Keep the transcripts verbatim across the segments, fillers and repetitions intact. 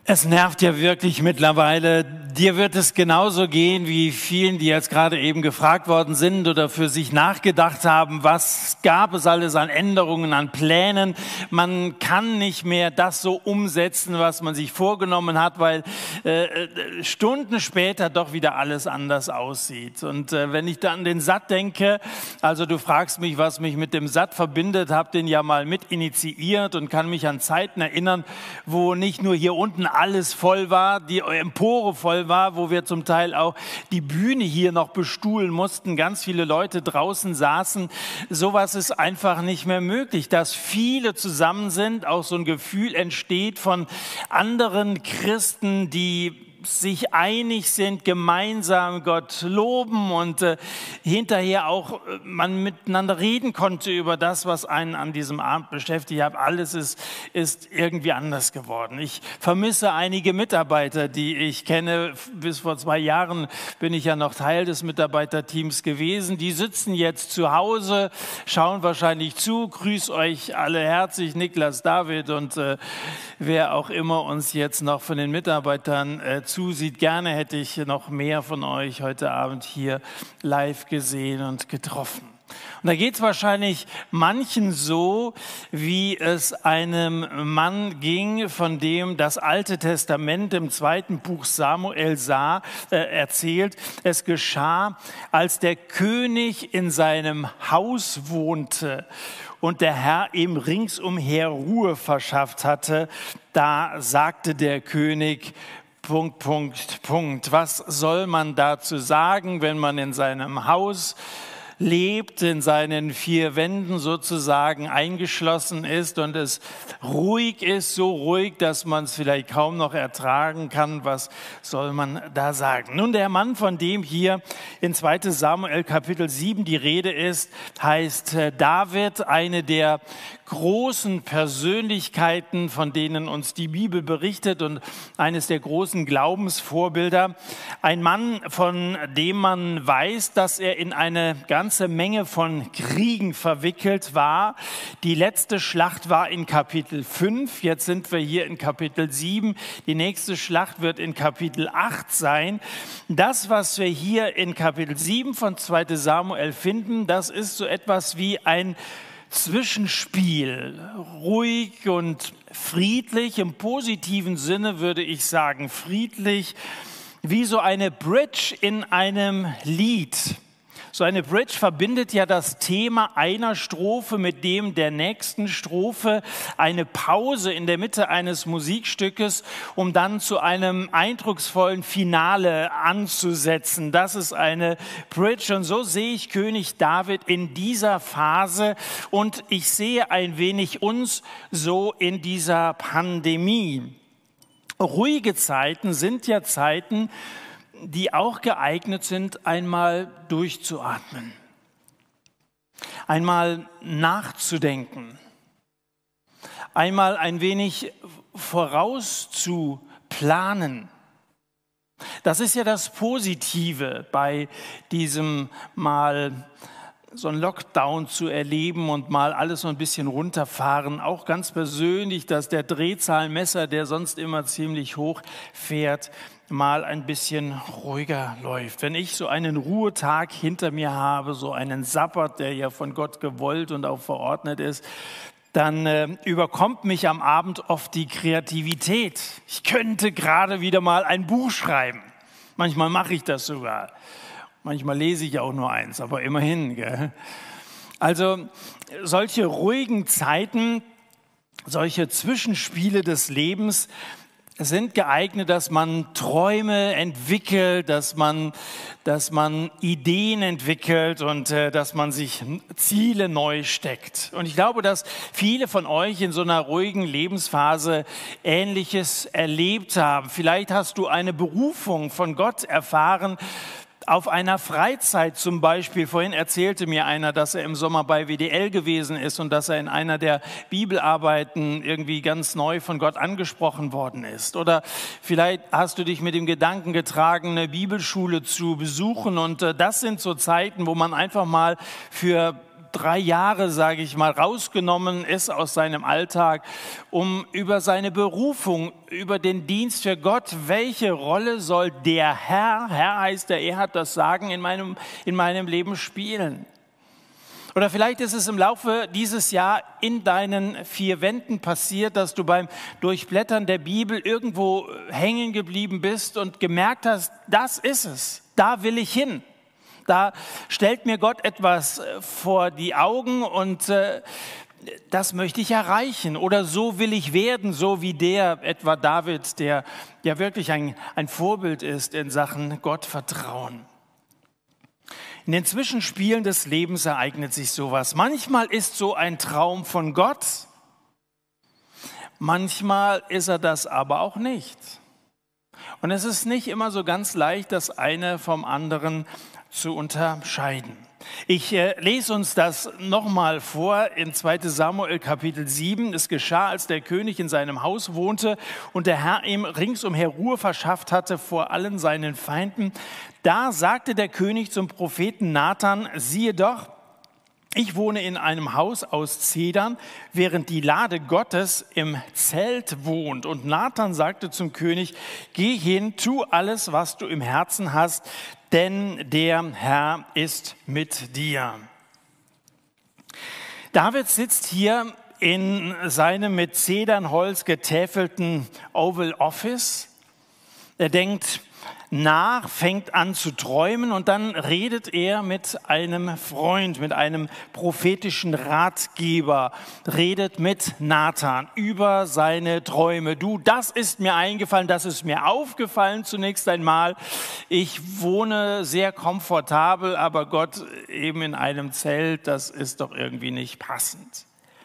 Es nervt ja wirklich mittlerweile. Dir wird es genauso gehen wie vielen, die jetzt gerade eben gefragt worden sind oder für sich nachgedacht haben, was gab es alles an Änderungen, an Plänen. Man kann nicht mehr das so umsetzen, was man sich vorgenommen hat, weil äh, Stunden später doch wieder alles anders aussieht. Und äh, wenn ich da an den S A T denke, also du fragst mich, was mich mit dem S A T verbindet, habe den ja mal mit initiiert und kann mich an Zeiten erinnern, wo nicht nur hier unten alles voll war, die Empore voll war, wo wir zum Teil auch die Bühne hier noch bestuhlen mussten, ganz viele Leute draußen saßen. Sowas ist einfach nicht mehr möglich, dass viele zusammen sind, auch so ein Gefühl entsteht von anderen Christen, die sich einig sind, gemeinsam Gott loben und äh, hinterher auch äh, man miteinander reden konnte über das, was einen an diesem Abend beschäftigt hat. Alles ist, ist irgendwie anders geworden. Ich vermisse einige Mitarbeiter, die ich kenne. Bis vor zwei Jahren bin ich ja noch Teil des Mitarbeiterteams gewesen. Die sitzen jetzt zu Hause, schauen wahrscheinlich zu. Grüß euch alle herzlich, Niklas, David und äh, wer auch immer uns jetzt noch von den Mitarbeitern äh, zusieht. Gerne hätte ich noch mehr von euch heute Abend hier live gesehen und getroffen. Und da geht es wahrscheinlich manchen so, wie es einem Mann ging, von dem das Alte Testament im zweiten Buch Samuel sah, äh, erzählt. Es geschah, als der König in seinem Haus wohnte und der Herr ihm ringsumher Ruhe verschafft hatte. Da sagte der König, Punkt, Punkt, Punkt. Was soll man dazu sagen, wenn man in seinem Haus lebt, in seinen vier Wänden sozusagen eingeschlossen ist und es ruhig ist, so ruhig, dass man es vielleicht kaum noch ertragen kann? Was soll man da sagen? Nun, der Mann, von dem hier in zweiten Samuel Kapitel sieben die Rede ist, heißt David, eine der großen Persönlichkeiten, von denen uns die Bibel berichtet und eines der großen Glaubensvorbilder. Ein Mann, von dem man weiß, dass er in eine ganze Menge von Kriegen verwickelt war. Die letzte Schlacht war in Kapitel fünf, jetzt sind wir hier in Kapitel sieben. Die nächste Schlacht wird in Kapitel acht sein. Das, was wir hier in Kapitel sieben von zweiten Samuel finden, das ist so etwas wie ein Zwischenspiel, ruhig und friedlich, im positiven Sinne würde ich sagen friedlich, wie so eine Bridge in einem Lied. So eine Bridge verbindet ja das Thema einer Strophe mit dem der nächsten Strophe, eine Pause in der Mitte eines Musikstückes, um dann zu einem eindrucksvollen Finale anzusetzen. Das ist eine Bridge und so sehe ich König David in dieser Phase und ich sehe ein wenig uns so in dieser Pandemie. Ruhige Zeiten sind ja Zeiten, die auch geeignet sind, einmal durchzuatmen, einmal nachzudenken, einmal ein wenig vorauszuplanen. Das ist ja das Positive bei diesem Mal so einen Lockdown zu erleben und mal alles so ein bisschen runterfahren. Auch ganz persönlich, dass der Drehzahlmesser, der sonst immer ziemlich hoch fährt, mal ein bisschen ruhiger läuft. Wenn ich so einen Ruhetag hinter mir habe, so einen Sabbat, der ja von Gott gewollt und auch verordnet ist, dann äh, überkommt mich am Abend oft die Kreativität. Ich könnte gerade wieder mal ein Buch schreiben. Manchmal mache ich das sogar. Manchmal lese ich auch nur eins, aber immerhin. Gell? Also solche ruhigen Zeiten, solche Zwischenspiele des Lebens sind geeignet, dass man Träume entwickelt, dass man, dass man Ideen entwickelt und äh, dass man sich Ziele neu steckt. Und ich glaube, dass viele von euch in so einer ruhigen Lebensphase Ähnliches erlebt haben. Vielleicht hast du eine Berufung von Gott erfahren, auf einer Freizeit zum Beispiel. Vorhin erzählte mir einer, dass er im Sommer bei W D L gewesen ist und dass er in einer der Bibelarbeiten irgendwie ganz neu von Gott angesprochen worden ist. Oder vielleicht hast du dich mit dem Gedanken getragen, eine Bibelschule zu besuchen. Und das sind so Zeiten, wo man einfach mal für drei Jahre, sage ich mal, rausgenommen ist aus seinem Alltag, um über seine Berufung, über den Dienst für Gott, welche Rolle soll der Herr, Herr heißt er, er hat das Sagen in meinem, in meinem Leben spielen. Oder vielleicht ist es im Laufe dieses Jahr in deinen vier Wänden passiert, dass du beim Durchblättern der Bibel irgendwo hängen geblieben bist und gemerkt hast, das ist es, da will ich hin. Da stellt mir Gott etwas vor die Augen und äh, das möchte ich erreichen. Oder so will ich werden, so wie der, etwa David, der ja wirklich ein, ein Vorbild ist in Sachen Gottvertrauen. In den Zwischenspielen des Lebens ereignet sich sowas. Manchmal ist so ein Traum von Gott, manchmal ist er das aber auch nicht. Und es ist nicht immer so ganz leicht, das eine vom anderen zu unterscheiden. Ich äh, lese uns das nochmal vor in zweiter Samuel Kapitel sieben. Es geschah, als der König in seinem Haus wohnte und der Herr ihm ringsumher Ruhe verschafft hatte vor allen seinen Feinden. Da sagte der König zum Propheten Nathan, siehe doch, ich wohne in einem Haus aus Zedern, während die Lade Gottes im Zelt wohnt. Und Nathan sagte zum König, geh hin, tu alles, was du im Herzen hast, denn der Herr ist mit dir. David sitzt hier in seinem mit Zedernholz getäfelten Oval Office. Er denkt nach, fängt an zu träumen und dann redet er mit einem Freund, mit einem prophetischen Ratgeber, redet mit Nathan über seine Träume. Du, das ist mir eingefallen, das ist mir aufgefallen zunächst einmal. Ich wohne sehr komfortabel, aber Gott eben in einem Zelt, das ist doch irgendwie nicht passend.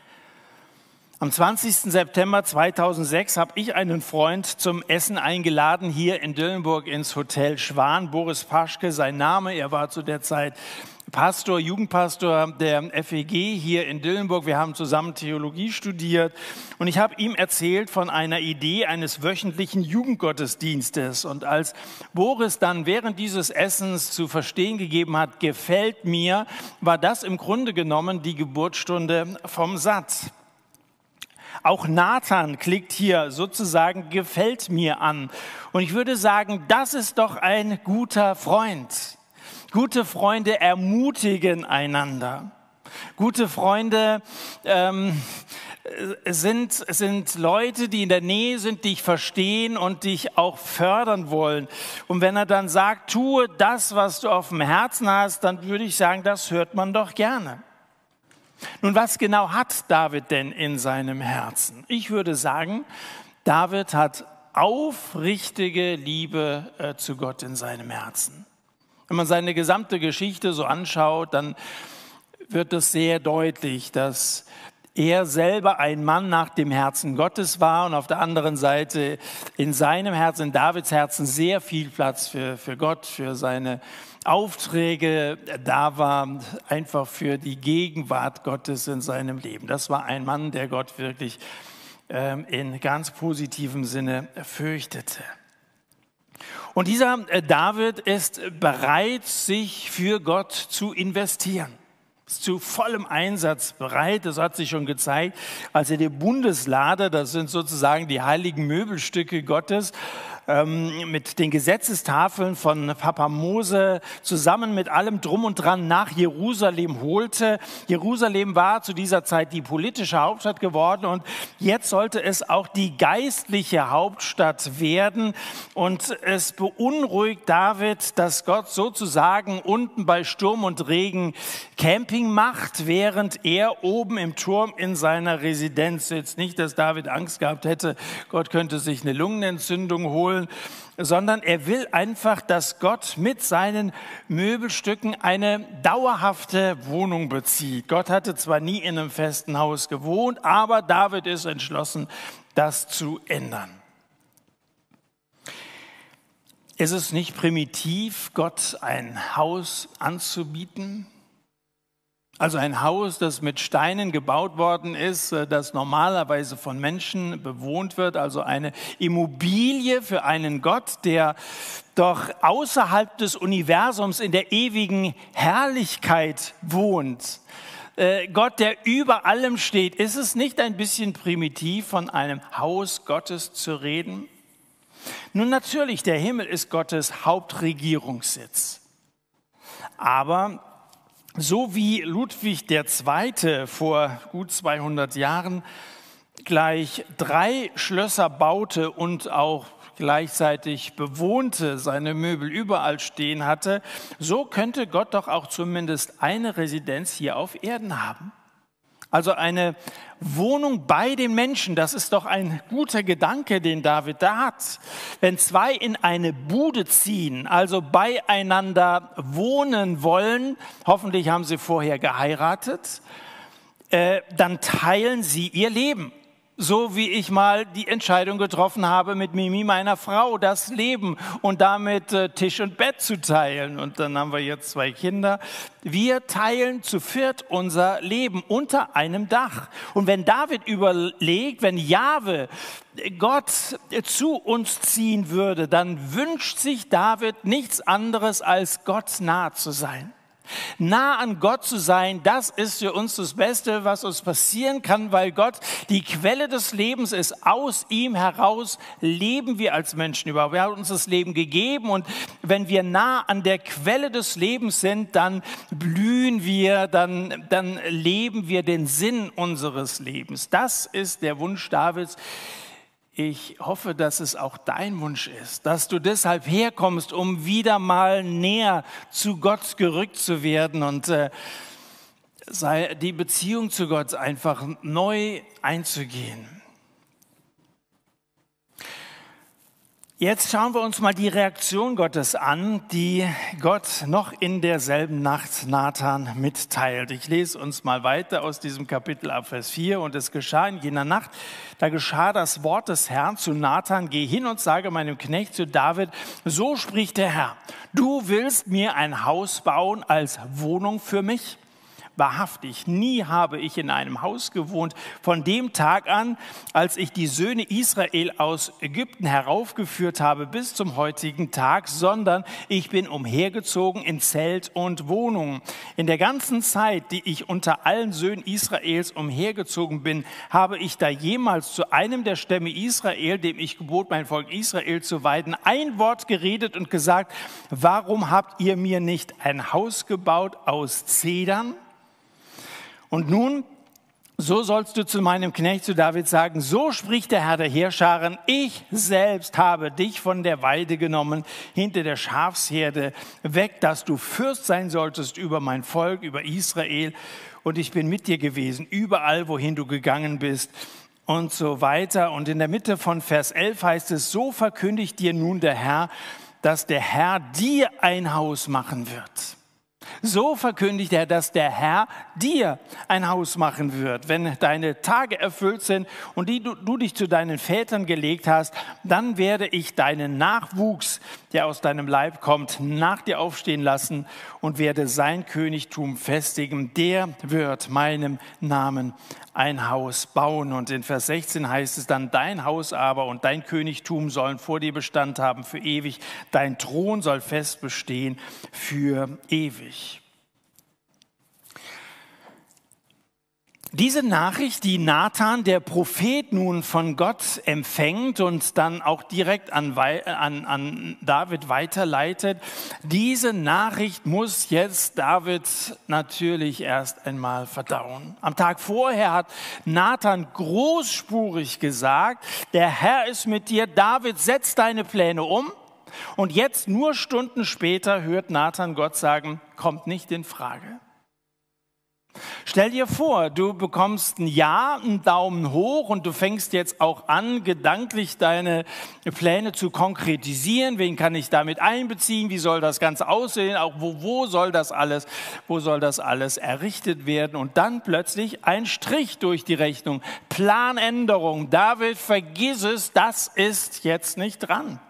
Am zwanzigsten September zweitausendsechs habe ich einen Freund zum Essen eingeladen, hier in Dillenburg ins Hotel Schwan. Boris Paschke, sein Name, er war zu der Zeit Pastor, Jugendpastor der F E G hier in Dillenburg. Wir haben zusammen Theologie studiert und ich habe ihm erzählt von einer Idee eines wöchentlichen Jugendgottesdienstes. Und als Boris dann während dieses Essens zu verstehen gegeben hat, gefällt mir, war das im Grunde genommen die Geburtsstunde vom Satz. Auch Nathan klickt hier sozusagen gefällt mir an. Und ich würde sagen, das ist doch ein guter Freund. Gute Freunde ermutigen einander. Gute Freunde ähm, sind, sind Leute, die in der Nähe sind, dich verstehen und dich auch fördern wollen. Und wenn er dann sagt, tue das, was du auf dem Herzen hast, dann würde ich sagen, das hört man doch gerne. Nun, was genau hat David denn in seinem Herzen? Ich würde sagen, David hat aufrichtige Liebe äh, zu Gott in seinem Herzen. Wenn man seine gesamte Geschichte so anschaut, dann wird es sehr deutlich, dass er selber ein Mann nach dem Herzen Gottes war und auf der anderen Seite in seinem Herzen, in Davids Herzen sehr viel Platz für, für Gott, für seine Aufträge da war, einfach für die Gegenwart Gottes in seinem Leben. Das war ein Mann, der Gott wirklich ähm, in ganz positivem Sinne fürchtete. Und dieser David ist bereit, sich für Gott zu investieren. Ist zu vollem Einsatz bereit. Das hat sich schon gezeigt, als er die Bundeslade, das sind sozusagen die heiligen Möbelstücke Gottes, mit den Gesetzestafeln von Papa Mose zusammen mit allem Drum und Dran nach Jerusalem holte. Jerusalem war zu dieser Zeit die politische Hauptstadt geworden und jetzt sollte es auch die geistliche Hauptstadt werden. Und es beunruhigt David, dass Gott sozusagen unten bei Sturm und Regen Camping macht, während er oben im Turm in seiner Residenz sitzt. Nicht, dass David Angst gehabt hätte, Gott könnte sich eine Lungenentzündung holen, sondern er will einfach, dass Gott mit seinen Möbelstücken eine dauerhafte Wohnung bezieht. Gott hatte zwar nie in einem festen Haus gewohnt, aber David ist entschlossen, das zu ändern. Ist es nicht primitiv, Gott ein Haus anzubieten? Also ein Haus, das mit Steinen gebaut worden ist, das normalerweise von Menschen bewohnt wird, also eine Immobilie für einen Gott, der doch außerhalb des Universums in der ewigen Herrlichkeit wohnt. Äh, Gott, der über allem steht. Ist es nicht ein bisschen primitiv, von einem Haus Gottes zu reden? Nun natürlich, der Himmel ist Gottes Hauptregierungssitz. Aber so wie Ludwig der Zweite vor gut zweihundert Jahren gleich drei Schlösser baute und auch gleichzeitig bewohnte, seine Möbel überall stehen hatte, so könnte Gott doch auch zumindest eine Residenz hier auf Erden haben. Also eine Wohnung bei den Menschen, das ist doch ein guter Gedanke, den David da hat. Wenn zwei in eine Bude ziehen, also beieinander wohnen wollen, hoffentlich haben sie vorher geheiratet, äh, dann teilen sie ihr Leben. So wie ich mal die Entscheidung getroffen habe, mit Mimi, meiner Frau, das Leben und damit äh, Tisch und Bett zu teilen. Und dann haben wir jetzt zwei Kinder. Wir teilen zu viert unser Leben unter einem Dach. Und wenn David überlegt, wenn Jahwe, Gott zu uns ziehen würde, dann wünscht sich David nichts anderes, als Gott nah zu sein. Nah an Gott zu sein, das ist für uns das Beste, was uns passieren kann, weil Gott die Quelle des Lebens ist. Aus ihm heraus leben wir als Menschen überhaupt. Er hat uns das Leben gegeben und wenn wir nah an der Quelle des Lebens sind, dann blühen wir, dann, dann leben wir den Sinn unseres Lebens. Das ist der Wunsch Davids. Ich hoffe, dass es auch dein Wunsch ist, dass du deshalb herkommst, um wieder mal näher zu Gott gerückt zu werden und äh, sei, die Beziehung zu Gott einfach neu einzugehen. Jetzt schauen wir uns mal die Reaktion Gottes an, die Gott noch in derselben Nacht Nathan mitteilt. Ich lese uns mal weiter aus diesem Kapitel ab Vers vier. Und es geschah in jener Nacht, da geschah das Wort des Herrn zu Nathan: Geh hin und sage meinem Knecht zu David, so spricht der Herr, du willst mir ein Haus bauen als Wohnung für mich? Wahrhaftig, nie habe ich in einem Haus gewohnt, von dem Tag an, als ich die Söhne Israel aus Ägypten heraufgeführt habe, bis zum heutigen Tag, sondern ich bin umhergezogen in Zelt und Wohnungen. In der ganzen Zeit, die ich unter allen Söhnen Israels umhergezogen bin, habe ich da jemals zu einem der Stämme Israel, dem ich gebot, mein Volk Israel zu weiden, ein Wort geredet und gesagt: Warum habt ihr mir nicht ein Haus gebaut aus Zedern? Und nun, so sollst du zu meinem Knecht, zu David sagen, so spricht der Herr der Heerscharen, ich selbst habe dich von der Weide genommen, hinter der Schafsherde weg, dass du Fürst sein solltest über mein Volk, über Israel. Und ich bin mit dir gewesen, überall, wohin du gegangen bist und so weiter. Und in der Mitte von Vers elf heißt es, so verkündigt dir nun der Herr, dass der Herr dir ein Haus machen wird. So verkündigt er, dass der Herr dir ein Haus machen wird. Wenn deine Tage erfüllt sind und die du, du dich zu deinen Vätern gelegt hast, dann werde ich deinen Nachwuchs, der aus deinem Leib kommt, nach dir aufstehen lassen und werde sein Königtum festigen. Der wird meinem Namen ein Haus bauen. Und in Vers sechzehn heißt es dann, dein Haus aber und dein Königtum sollen vor dir Bestand haben für ewig. Dein Thron soll fest bestehen für ewig. Diese Nachricht, die Nathan, der Prophet, nun von Gott empfängt und dann auch direkt an, an, an David weiterleitet, diese Nachricht muss jetzt David natürlich erst einmal verdauen. Am Tag vorher hat Nathan großspurig gesagt, der Herr ist mit dir, David, setz deine Pläne um. Und jetzt, nur Stunden später, hört Nathan Gott sagen, kommt nicht in Frage. Stell dir vor, du bekommst ein Ja, einen Daumen hoch und du fängst jetzt auch an, gedanklich deine Pläne zu konkretisieren. Wen kann ich damit einbeziehen? Wie soll das Ganze aussehen? Auch wo, wo soll das alles, wo soll das alles errichtet werden? Und dann plötzlich ein Strich durch die Rechnung. Planänderung. David, vergiss es, das ist jetzt nicht dran.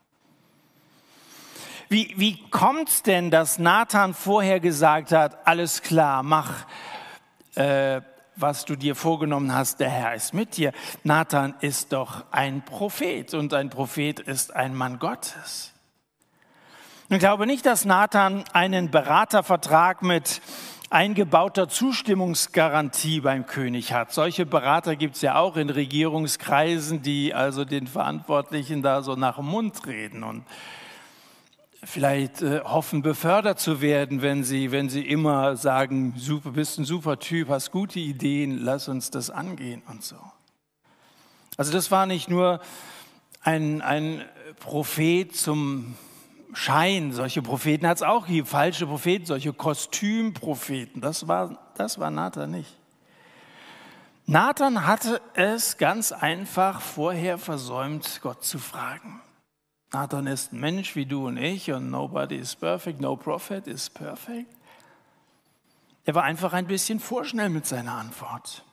Wie, wie kommt es denn, dass Nathan vorher gesagt hat, alles klar, mach, äh, was du dir vorgenommen hast, der Herr ist mit dir. Nathan ist doch ein Prophet und ein Prophet ist ein Mann Gottes. Ich glaube nicht, dass Nathan einen Beratervertrag mit eingebauter Zustimmungsgarantie beim König hat. Solche Berater gibt es ja auch in Regierungskreisen, die also den Verantwortlichen da so nach dem Mund reden und vielleicht äh, hoffen, befördert zu werden, wenn sie, wenn sie immer sagen, super, bist ein super Typ, hast gute Ideen, lass uns das angehen und so. Also das war nicht nur ein, ein Prophet zum Schein, solche Propheten hat es auch gegeben, falsche Propheten, solche Kostümpropheten, das war, das war Nathan nicht. Nathan hatte es ganz einfach vorher versäumt, Gott zu fragen. Nathan ist ein Mensch wie du und ich und nobody is perfect, no prophet is perfect. Er war einfach ein bisschen vorschnell mit seiner Antwort.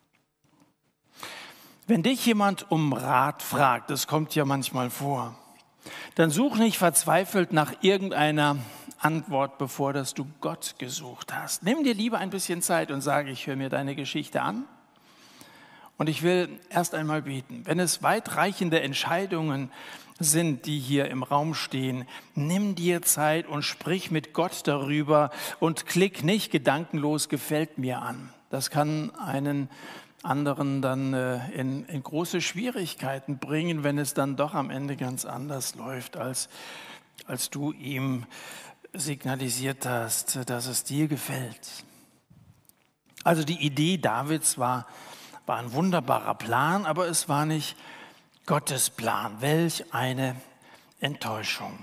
Wenn dich jemand um Rat fragt, das kommt ja manchmal vor, dann such nicht verzweifelt nach irgendeiner Antwort, bevor dass du Gott gesucht hast. Nimm dir lieber ein bisschen Zeit und sage, ich höre mir deine Geschichte an und ich will erst einmal beten. Wenn es weitreichende Entscheidungen sind, die hier im Raum stehen, nimm dir Zeit und sprich mit Gott darüber und klick nicht gedankenlos gefällt mir an. Das kann einen anderen dann äh, in, in große Schwierigkeiten bringen, wenn es dann doch am Ende ganz anders läuft, als, als du ihm signalisiert hast, dass es dir gefällt. Also die Idee Davids war, war ein wunderbarer Plan, aber es war nicht Gottes Plan. Welch eine Enttäuschung.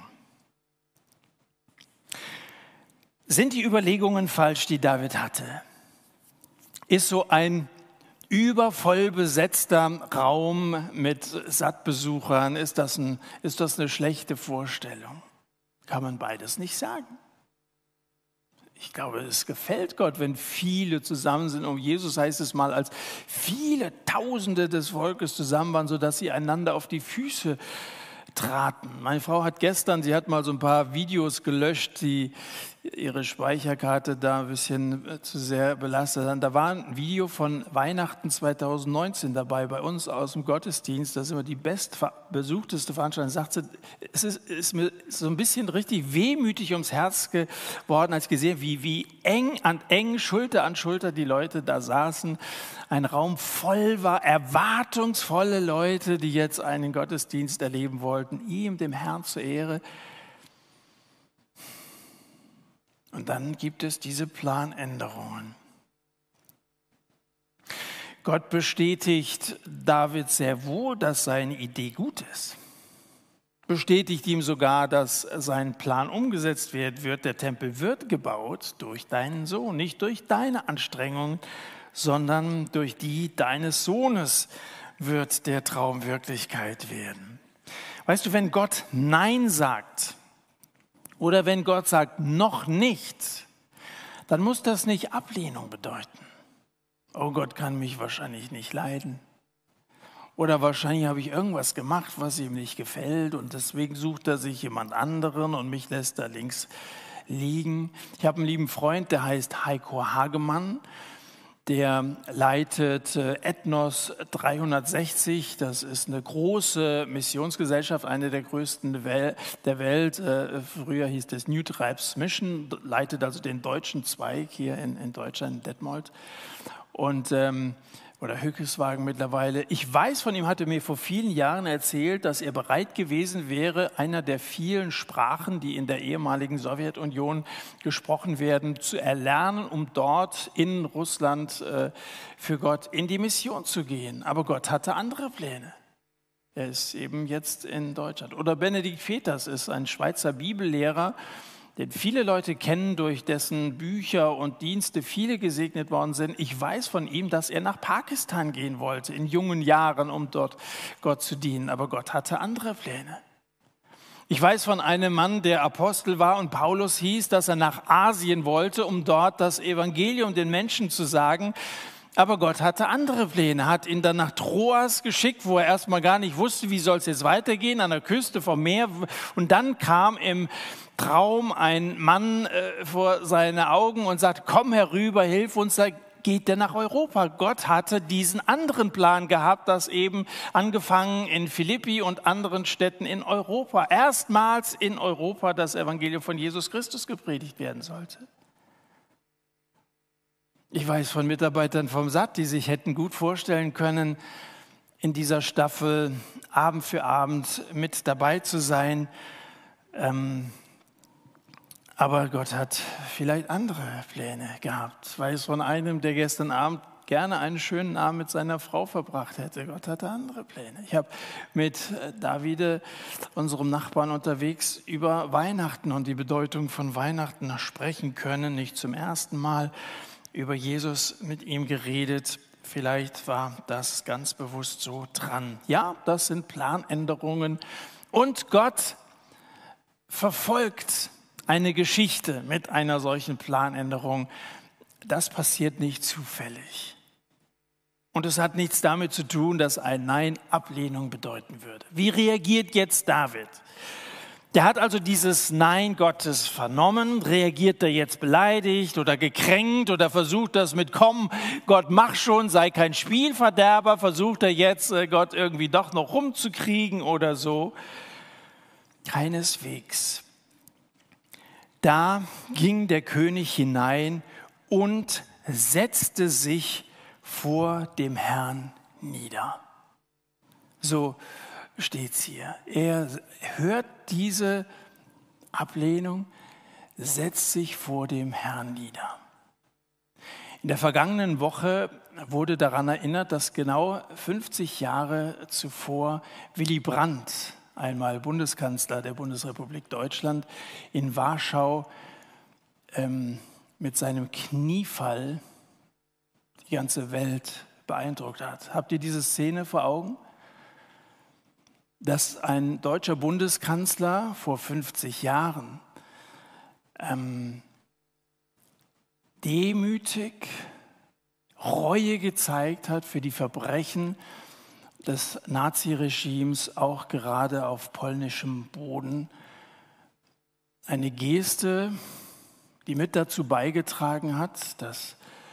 Sind die Überlegungen falsch, die David hatte? Ist so ein übervoll besetzter Raum mit Sattbesuchern, ist das, ein, ist das eine schlechte Vorstellung? Kann man beides nicht sagen. Ich glaube, es gefällt Gott, wenn viele zusammen sind. Um Jesus heißt es mal, als viele Tausende des Volkes zusammen waren, sodass sie einander auf die Füße traten. Meine Frau hat gestern, sie hat mal so ein paar Videos gelöscht, die ihre Speicherkarte da ein bisschen zu sehr belastet haben. Da war ein Video von Weihnachten zweitausendneunzehn dabei bei uns aus dem Gottesdienst. Das ist immer die bestbesuchteste Veranstaltung. Sagt sie, es ist, ist mir so ein bisschen richtig wehmütig ums Herz geworden, als ich gesehen habe, wie, wie eng an eng, Schulter an Schulter die Leute da saßen. Ein Raum voll war, erwartungsvolle Leute, die jetzt einen Gottesdienst erleben wollten, ihm, dem Herrn zur Ehre. Und dann gibt es diese Planänderungen. Gott bestätigt David sehr wohl, dass seine Idee gut ist. Bestätigt ihm sogar, dass sein Plan umgesetzt wird, wird. Der Tempel wird gebaut durch deinen Sohn, nicht durch deine Anstrengungen, sondern durch die deines Sohnes wird der Traum Wirklichkeit werden. Weißt du, wenn Gott Nein sagt, oder wenn Gott sagt, noch nicht, dann muss das nicht Ablehnung bedeuten. Oh, Gott kann mich wahrscheinlich nicht leiden. Oder wahrscheinlich habe ich irgendwas gemacht, was ihm nicht gefällt und deswegen sucht er sich jemand anderen und mich lässt da links liegen. Ich habe einen lieben Freund, der heißt Heiko Hagemann. Der leitet Ethnos dreihundertsechzig, das ist eine große Missionsgesellschaft, eine der größten der Welt. Früher hieß das New Tribes Mission, leitet also den deutschen Zweig hier in, in Deutschland, in Detmold. Und, ähm, oder Hückeswagen mittlerweile. Ich weiß von ihm, hatte mir vor vielen Jahren erzählt, dass er bereit gewesen wäre, einer der vielen Sprachen, die in der ehemaligen Sowjetunion gesprochen werden, zu erlernen, um dort in Russland äh, für Gott in die Mission zu gehen. Aber Gott hatte andere Pläne. Er ist eben jetzt in Deutschland. Oder Benedikt Veters ist ein Schweizer Bibellehrer, den viele Leute kennen, durch dessen Bücher und Dienste viele gesegnet worden sind. Ich weiß von ihm, dass er nach Pakistan gehen wollte, in jungen Jahren, um dort Gott zu dienen. Aber Gott hatte andere Pläne. Ich weiß von einem Mann, der Apostel war und Paulus hieß, dass er nach Asien wollte, um dort das Evangelium den Menschen zu sagen. Aber Gott hatte andere Pläne, hat ihn dann nach Troas geschickt, wo er erstmal gar nicht wusste, wie soll es jetzt weitergehen, an der Küste vom Meer. Und dann kam im Traum ein Mann äh, vor seine Augen und sagt, komm herüber, hilf uns, da geht er nach Europa. Gott hatte diesen anderen Plan gehabt, das eben angefangen in Philippi und anderen Städten in Europa. Erstmals in Europa das Evangelium von Jesus Christus gepredigt werden sollte. Ich weiß von Mitarbeitern vom S A T, die sich hätten gut vorstellen können, in dieser Staffel Abend für Abend mit dabei zu sein. Ähm, aber Gott hat vielleicht andere Pläne gehabt. Ich weiß von einem, der gestern Abend gerne einen schönen Abend mit seiner Frau verbracht hätte. Gott hatte andere Pläne. Ich habe mit Davide, unserem Nachbarn, unterwegs über Weihnachten und die Bedeutung von Weihnachten sprechen können. Nicht zum ersten Mal über Jesus mit ihm geredet. Vielleicht war das ganz bewusst so dran. Ja, das sind Planänderungen. Und Gott verfolgt eine Geschichte mit einer solchen Planänderung. Das passiert nicht zufällig. Und es hat nichts damit zu tun, dass ein Nein Ablehnung bedeuten würde. Wie reagiert jetzt David? Der hat also dieses Nein Gottes vernommen. Reagiert er jetzt beleidigt oder gekränkt oder versucht das mit komm, Gott mach schon, sei kein Spielverderber, versucht er jetzt Gott irgendwie doch noch rumzukriegen oder so? Keineswegs. Da ging der König hinein und setzte sich vor dem Herrn nieder. So steht's hier. Er hört diese Ablehnung, setzt sich vor dem Herrn nieder. In der vergangenen Woche wurde daran erinnert, dass genau fünfzig Jahre zuvor Willy Brandt, einmal Bundeskanzler der Bundesrepublik Deutschland, in Warschau ähm, mit seinem Kniefall die ganze Welt beeindruckt hat. Habt ihr diese Szene vor Augen? Dass ein deutscher Bundeskanzler vor fünfzig Jahren ähm, demütig Reue gezeigt hat für die Verbrechen des Naziregimes, auch gerade auf polnischem Boden. Eine Geste, die mit dazu beigetragen hat, dass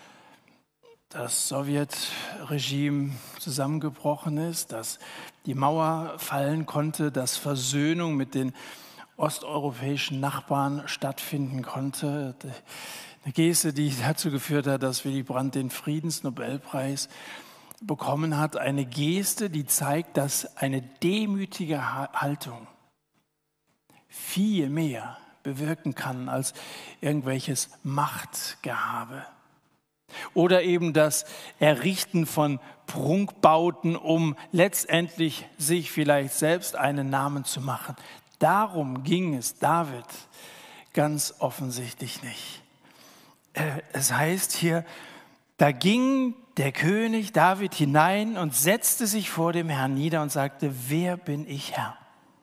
das Sowjetregime zusammengebrochen ist, dass die Mauer fallen konnte, dass Versöhnung mit den osteuropäischen Nachbarn stattfinden konnte. Eine Geste, die dazu geführt hat, dass Willy Brandt den Friedensnobelpreis bekommen hat. Eine Geste, die zeigt, dass eine demütige Haltung viel mehr bewirken kann als irgendwelches Machtgehabe. Oder eben das Errichten von Prunkbauten, um letztendlich sich vielleicht selbst einen Namen zu machen. Darum ging es David ganz offensichtlich nicht. Es heißt hier, da ging der König David hinein und setzte sich vor dem Herrn nieder und sagte, wer bin ich, Herr?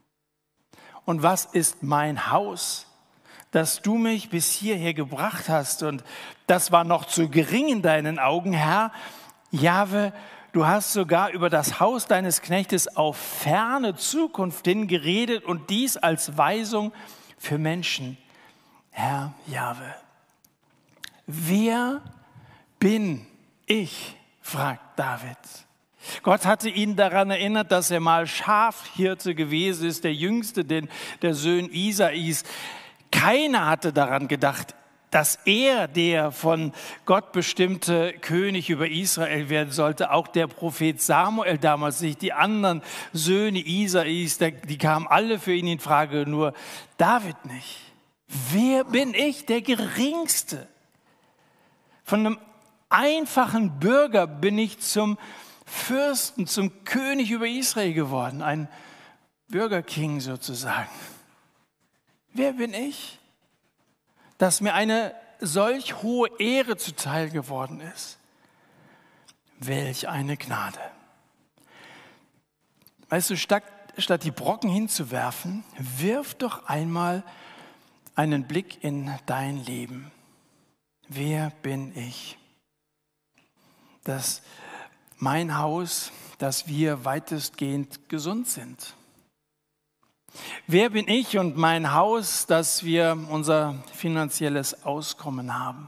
Und was ist mein Haus, dass du mich bis hierher gebracht hast? Und das war noch zu gering in deinen Augen, Herr. Jahwe, du hast sogar über das Haus deines Knechtes auf ferne Zukunft hin geredet und dies als Weisung für Menschen. Herr Jahwe, wer bin ich? Fragt David. Gott hatte ihn daran erinnert, dass er mal Schafhirte gewesen ist, der jüngste der Söhne Isais. Keiner hatte daran gedacht, dass er der von Gott bestimmte König über Israel werden sollte. Auch der Prophet Samuel damals nicht, die anderen Söhne Isais, die kamen alle für ihn in Frage, nur David nicht. Wer bin ich, der Geringste? Von einem einfachen Bürger bin ich zum Fürsten, zum König über Israel geworden, ein Bürgerking sozusagen. Wer bin ich, dass mir eine solch hohe Ehre zuteil geworden ist? Welch eine Gnade. Weißt du, statt, statt die Brocken hinzuwerfen, wirf doch einmal einen Blick in dein Leben. Wer bin ich? Dass mein Haus, dass wir weitestgehend gesund sind. Wer bin ich und mein Haus, dass wir unser finanzielles Auskommen haben?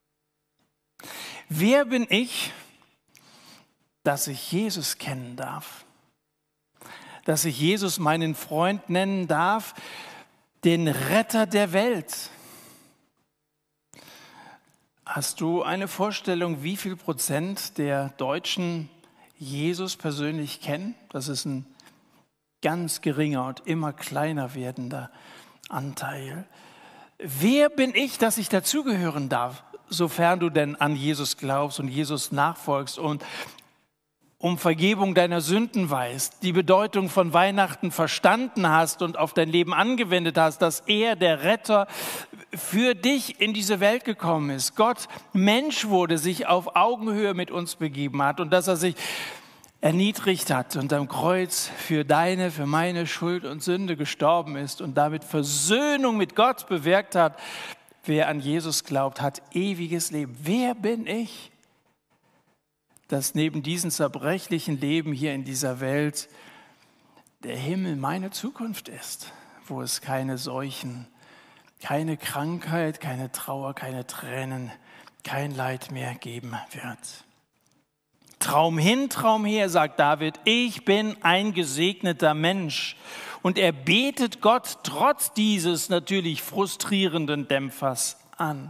Wer bin ich, dass ich Jesus kennen darf? Dass ich Jesus meinen Freund nennen darf, den Retter der Welt? Hast du eine Vorstellung, wie viel Prozent der Deutschen Jesus persönlich kennen? Das ist ein ganz geringer und immer kleiner werdender Anteil. Wer bin ich, dass ich dazugehören darf, sofern du denn an Jesus glaubst und Jesus nachfolgst und um Vergebung deiner Sünden weißt, die Bedeutung von Weihnachten verstanden hast und auf dein Leben angewendet hast, dass er, der Retter, für dich in diese Welt gekommen ist. Gott Mensch wurde, sich auf Augenhöhe mit uns begeben hat und dass er sich erniedrigt hat und am Kreuz für deine, für meine Schuld und Sünde gestorben ist und damit Versöhnung mit Gott bewirkt hat. Wer an Jesus glaubt, hat ewiges Leben. Wer bin ich, dass neben diesem zerbrechlichen Leben hier in dieser Welt der Himmel meine Zukunft ist, wo es keine Seuchen, keine Krankheit, keine Trauer, keine Tränen, kein Leid mehr geben wird. Traum hin, Traum her, sagt David, ich bin ein gesegneter Mensch. Und er betet Gott trotz dieses natürlich frustrierenden Dämpfers an.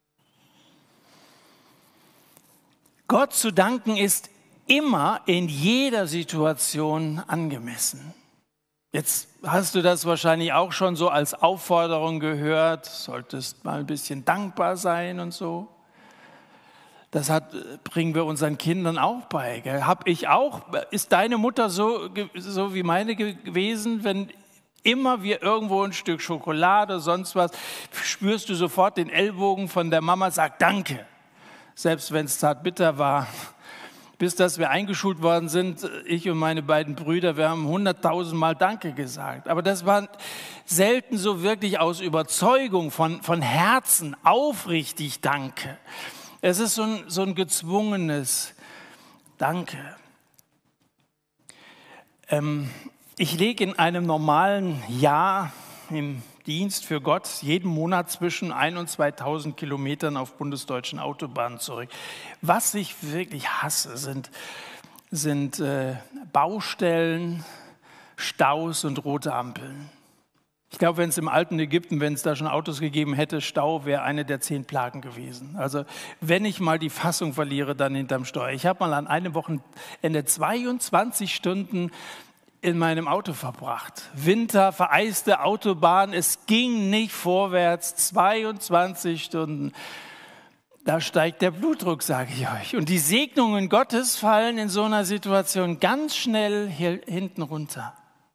Gott zu danken ist immer in jeder Situation angemessen. Jetzt hast du das wahrscheinlich auch schon so als Aufforderung gehört, solltest mal ein bisschen dankbar sein und so. Das hat, bringen wir unseren Kindern auch bei. Gell? Hab ich auch, ist deine Mutter so, so wie meine gewesen, wenn immer wir irgendwo ein Stück Schokolade, sonst was, spürst du sofort den Ellbogen von der Mama, sag Danke. Selbst wenn es zartbitter war, bis dass wir eingeschult worden sind, ich und meine beiden Brüder, wir haben hunderttausend Mal Danke gesagt. Aber das war selten so wirklich aus Überzeugung, von, von Herzen, aufrichtig Danke. Es ist so ein, so ein gezwungenes Danke. Ähm, ich lege in einem normalen Jahr im Dienst für Gott jeden Monat zwischen ein und zweitausend Kilometern auf bundesdeutschen Autobahnen zurück. Was ich wirklich hasse, sind, sind äh, Baustellen, Staus und rote Ampeln. Ich glaube, wenn es im alten Ägypten, wenn es da schon Autos gegeben hätte, Stau wäre eine der zehn Plagen gewesen. Also wenn ich mal die Fassung verliere, dann hinterm Steuer. Ich habe mal an einem Wochenende zweiundzwanzig Stunden in meinem Auto verbracht. Winter, vereiste Autobahn, es ging nicht vorwärts, zweiundzwanzig Stunden. Da steigt der Blutdruck, sage ich euch. Und die Segnungen Gottes fallen in so einer Situation ganz schnell hier hinten runter.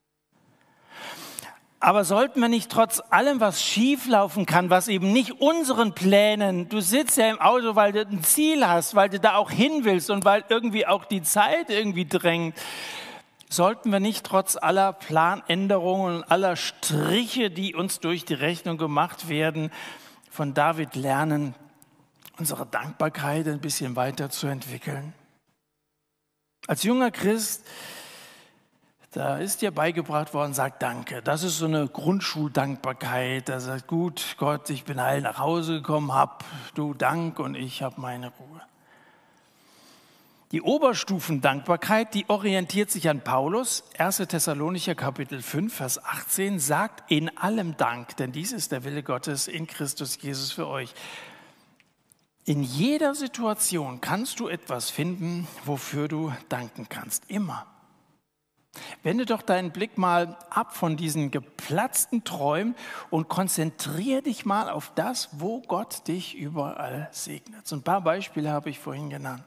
Aber sollten wir nicht trotz allem, was schieflaufen kann, was eben nicht unseren Plänen, du sitzt ja im Auto, weil du ein Ziel hast, weil du da auch hin willst und weil irgendwie auch die Zeit irgendwie drängt, sollten wir nicht trotz aller Planänderungen und aller Striche, die uns durch die Rechnung gemacht werden, von David lernen, unsere Dankbarkeit ein bisschen weiterzuentwickeln. Als junger Christ, da ist dir beigebracht worden, sag Danke. Das ist so eine Grundschuldankbarkeit. Da sagt, gut, Gott, ich bin heil nach Hause gekommen, hab du Dank und ich habe meine Ruhe. Die Oberstufendankbarkeit, die orientiert sich an Paulus. erster Thessalonicher Kapitel fünf, Vers achtzehn sagt, in allem Dank, denn dies ist der Wille Gottes in Christus Jesus für euch. In jeder Situation kannst du etwas finden, wofür du danken kannst. Immer. Wende doch deinen Blick mal ab von diesen geplatzten Träumen und konzentriere dich mal auf das, wo Gott dich überall segnet. So ein paar Beispiele habe ich vorhin genannt.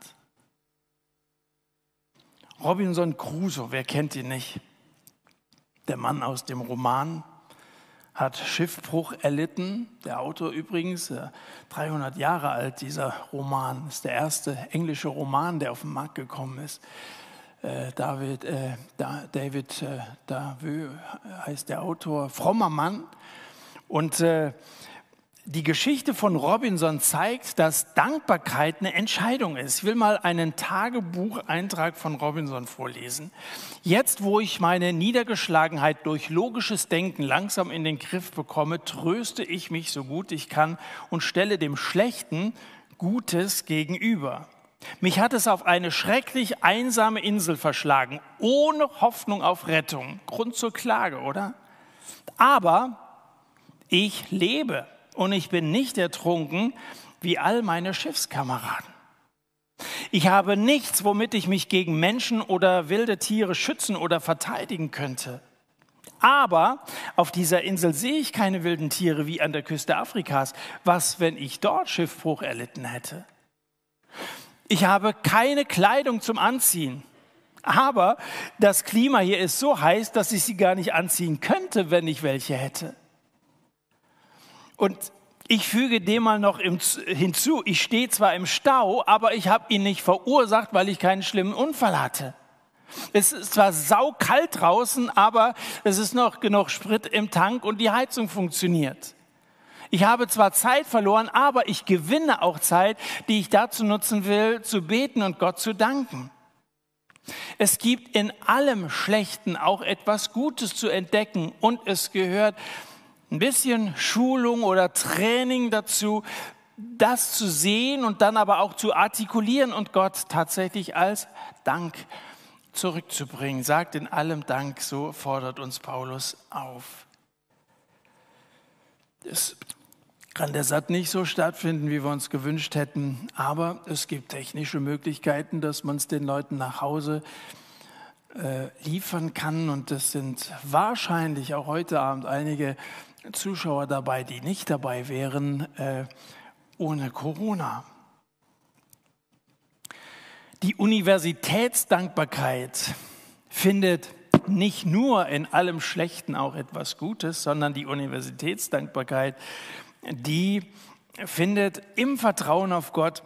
Robinson Crusoe, wer kennt ihn nicht? Der Mann aus dem Roman hat Schiffbruch erlitten. Der Autor übrigens, dreihundert Jahre alt, dieser Roman, ist der erste englische Roman, der auf den Markt gekommen ist. Äh, David, äh, da, David äh, Daveux heißt der Autor, frommer Mann. Und äh, die Geschichte von Robinson zeigt, dass Dankbarkeit eine Entscheidung ist. Ich will mal einen Tagebucheintrag von Robinson vorlesen. Jetzt, wo ich meine Niedergeschlagenheit durch logisches Denken langsam in den Griff bekomme, tröste ich mich so gut ich kann und stelle dem Schlechten Gutes gegenüber. Mich hat es auf eine schrecklich einsame Insel verschlagen, ohne Hoffnung auf Rettung. Grund zur Klage, oder? Aber ich lebe. Und ich bin nicht ertrunken, wie all meine Schiffskameraden. Ich habe nichts, womit ich mich gegen Menschen oder wilde Tiere schützen oder verteidigen könnte. Aber auf dieser Insel sehe ich keine wilden Tiere wie an der Küste Afrikas. Was, wenn ich dort Schiffbruch erlitten hätte? Ich habe keine Kleidung zum Anziehen. Aber das Klima hier ist so heiß, dass ich sie gar nicht anziehen könnte, wenn ich welche hätte. Und ich füge dem mal noch hinzu, ich stehe zwar im Stau, aber ich habe ihn nicht verursacht, weil ich keinen schlimmen Unfall hatte. Es ist zwar saukalt draußen, aber es ist noch genug Sprit im Tank und die Heizung funktioniert. Ich habe zwar Zeit verloren, aber ich gewinne auch Zeit, die ich dazu nutzen will, zu beten und Gott zu danken. Es gibt in allem Schlechten auch etwas Gutes zu entdecken und es gehört ein bisschen Schulung oder Training dazu, das zu sehen und dann aber auch zu artikulieren und Gott tatsächlich als Dank zurückzubringen. Sagt in allem Dank, so fordert uns Paulus auf. Es kann der Satt nicht so stattfinden, wie wir uns gewünscht hätten, aber es gibt technische Möglichkeiten, dass man es den Leuten nach Hause äh, liefern kann und es sind wahrscheinlich auch heute Abend einige Zuschauer dabei, die nicht dabei wären, äh, ohne Corona. Die Universitätsdankbarkeit findet nicht nur in allem Schlechten auch etwas Gutes, sondern die Universitätsdankbarkeit, die findet im Vertrauen auf Gott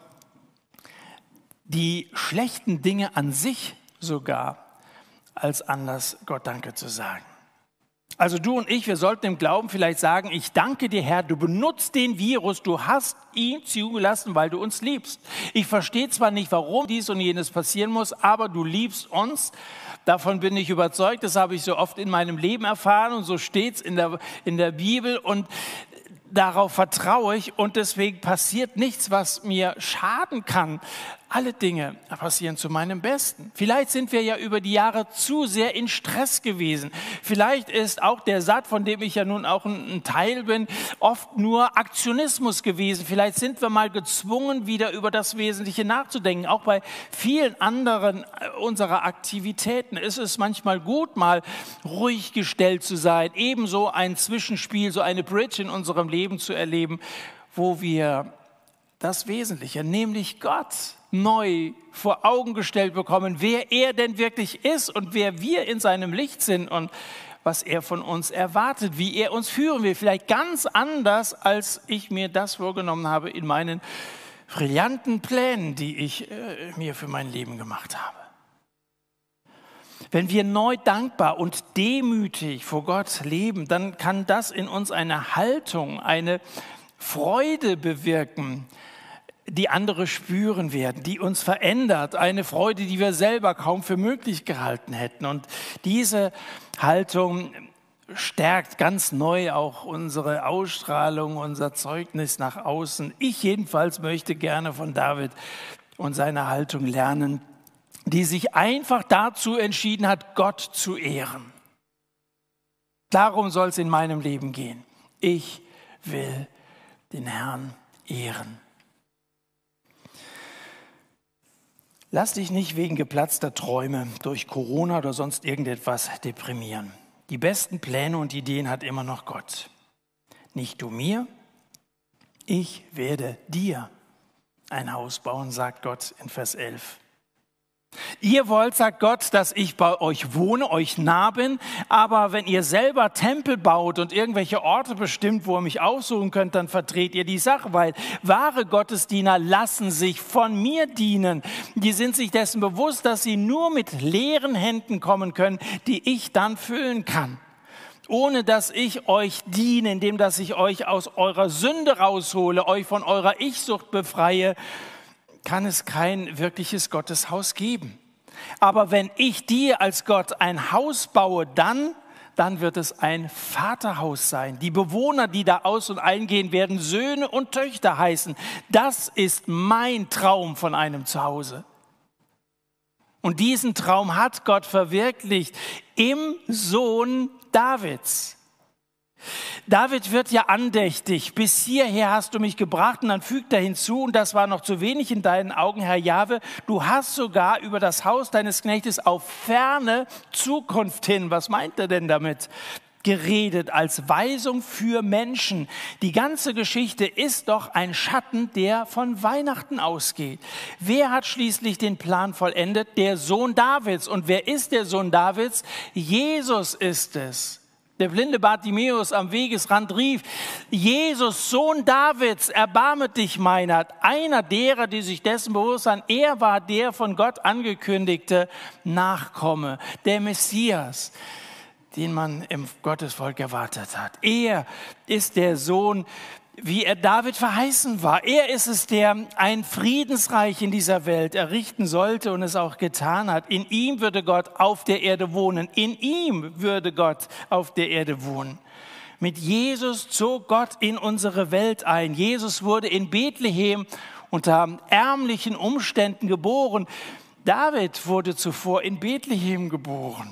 die schlechten Dinge an sich sogar als Anlass, Gott Danke zu sagen. Also du und ich, wir sollten im Glauben vielleicht sagen, ich danke dir, Herr, du benutzt den Virus, du hast ihn zugelassen, weil du uns liebst. Ich verstehe zwar nicht, warum dies und jenes passieren muss, aber du liebst uns. Davon bin ich überzeugt, das habe ich so oft in meinem Leben erfahren und so steht es in der, in der Bibel und darauf vertraue ich und deswegen passiert nichts, was mir schaden kann. Alle Dinge passieren zu meinem Besten. Vielleicht sind wir ja über die Jahre zu sehr in Stress gewesen. Vielleicht ist auch der Satt, von dem ich ja nun auch ein Teil bin, oft nur Aktionismus gewesen. Vielleicht sind wir mal gezwungen, wieder über das Wesentliche nachzudenken. Auch bei vielen anderen unserer Aktivitäten ist es manchmal gut, mal ruhig gestellt zu sein. Ebenso ein Zwischenspiel, so eine Bridge in unserem Leben zu erleben, wo wir das Wesentliche, nämlich Gott, neu vor Augen gestellt bekommen, wer er denn wirklich ist und wer wir in seinem Licht sind und was er von uns erwartet, wie er uns führen will. Vielleicht ganz anders, als ich mir das vorgenommen habe in meinen brillanten Plänen, die ich äh, mir für mein Leben gemacht habe. Wenn wir neu dankbar und demütig vor Gott leben, dann kann das in uns eine Haltung, eine Freude bewirken, die andere spüren werden, die uns verändert, eine Freude, die wir selber kaum für möglich gehalten hätten. Und diese Haltung stärkt ganz neu auch unsere Ausstrahlung, unser Zeugnis nach außen. Ich jedenfalls möchte gerne von David und seiner Haltung lernen, die sich einfach dazu entschieden hat, Gott zu ehren. Darum soll es in meinem Leben gehen. Ich will den Herrn ehren. Lass dich nicht wegen geplatzter Träume durch Corona oder sonst irgendetwas deprimieren. Die besten Pläne und Ideen hat immer noch Gott. Nicht du mir, ich werde dir ein Haus bauen, sagt Gott in Vers elf. Ihr wollt, sagt Gott, dass ich bei euch wohne, euch nah bin, aber wenn ihr selber Tempel baut und irgendwelche Orte bestimmt, wo ihr mich aufsuchen könnt, dann verdreht ihr die Sache, weil wahre Gottesdiener lassen sich von mir dienen. Die sind sich dessen bewusst, dass sie nur mit leeren Händen kommen können, die ich dann füllen kann. Ohne dass ich euch diene, indem dass ich euch aus eurer Sünde raushole, euch von eurer Ich-Sucht befreie, kann es kein wirkliches Gotteshaus geben. Aber wenn ich dir als Gott ein Haus baue, dann, dann wird es ein Vaterhaus sein. Die Bewohner, die da aus- und eingehen, werden Söhne und Töchter heißen. Das ist mein Traum von einem Zuhause. Und diesen Traum hat Gott verwirklicht im Sohn Davids. David wird ja andächtig. Bis hierher hast du mich gebracht, und dann fügt er hinzu, und das war noch zu wenig in deinen Augen, Herr Jahwe, du hast sogar über das Haus deines Knechtes auf ferne Zukunft hin. Was meint er denn damit? Geredet als Weisung für Menschen. Die ganze Geschichte ist doch ein Schatten, der von Weihnachten ausgeht. Wer hat schließlich den Plan vollendet? Der Sohn Davids. Und wer ist der Sohn Davids? Jesus ist es. Der blinde Bartimäus am Wegesrand rief, Jesus, Sohn Davids, erbarme dich meiner. Einer derer, die sich dessen bewusst waren, er war der von Gott angekündigte Nachkomme, der Messias, den man im Gottesvolk erwartet hat. Er ist der Sohn, wie er David verheißen war. Er ist es, der ein Friedensreich in dieser Welt errichten sollte und es auch getan hat. In ihm würde Gott auf der Erde wohnen. In ihm würde Gott auf der Erde wohnen. Mit Jesus zog Gott in unsere Welt ein. Jesus wurde in Bethlehem unter ärmlichen Umständen geboren. David wurde zuvor in Bethlehem geboren.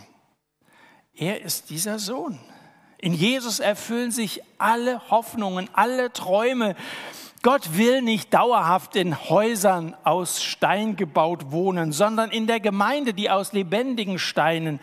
Er ist dieser Sohn. In Jesus erfüllen sich alle Hoffnungen, alle Träume. Gott will nicht dauerhaft in Häusern aus Stein gebaut wohnen, sondern in der Gemeinde, die aus lebendigen Steinen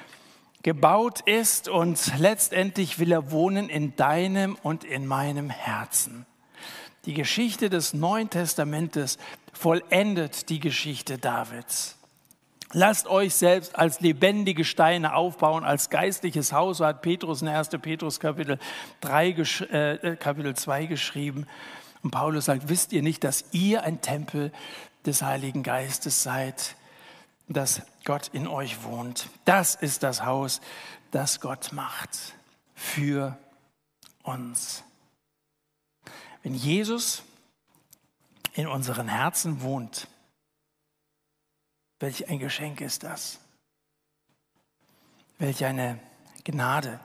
gebaut ist. Und letztendlich will er wohnen in deinem und in meinem Herzen. Die Geschichte des Neuen Testamentes vollendet die Geschichte Davids. Lasst euch selbst als lebendige Steine aufbauen, als geistliches Haus, so hat Petrus in ersten Petrus Kapitel drei, äh, Kapitel zwei geschrieben. Und Paulus sagt, wisst ihr nicht, dass ihr ein Tempel des Heiligen Geistes seid, dass Gott in euch wohnt? Das ist das Haus, das Gott macht für uns. Wenn Jesus in unseren Herzen wohnt, welch ein Geschenk ist das? Welch eine Gnade.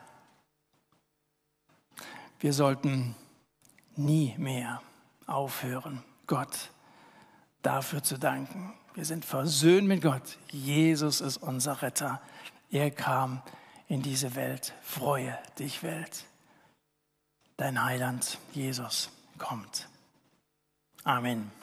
Wir sollten nie mehr aufhören, Gott dafür zu danken. Wir sind versöhnt mit Gott. Jesus ist unser Retter. Er kam in diese Welt. Freue dich, Welt. Dein Heiland, Jesus, kommt. Amen.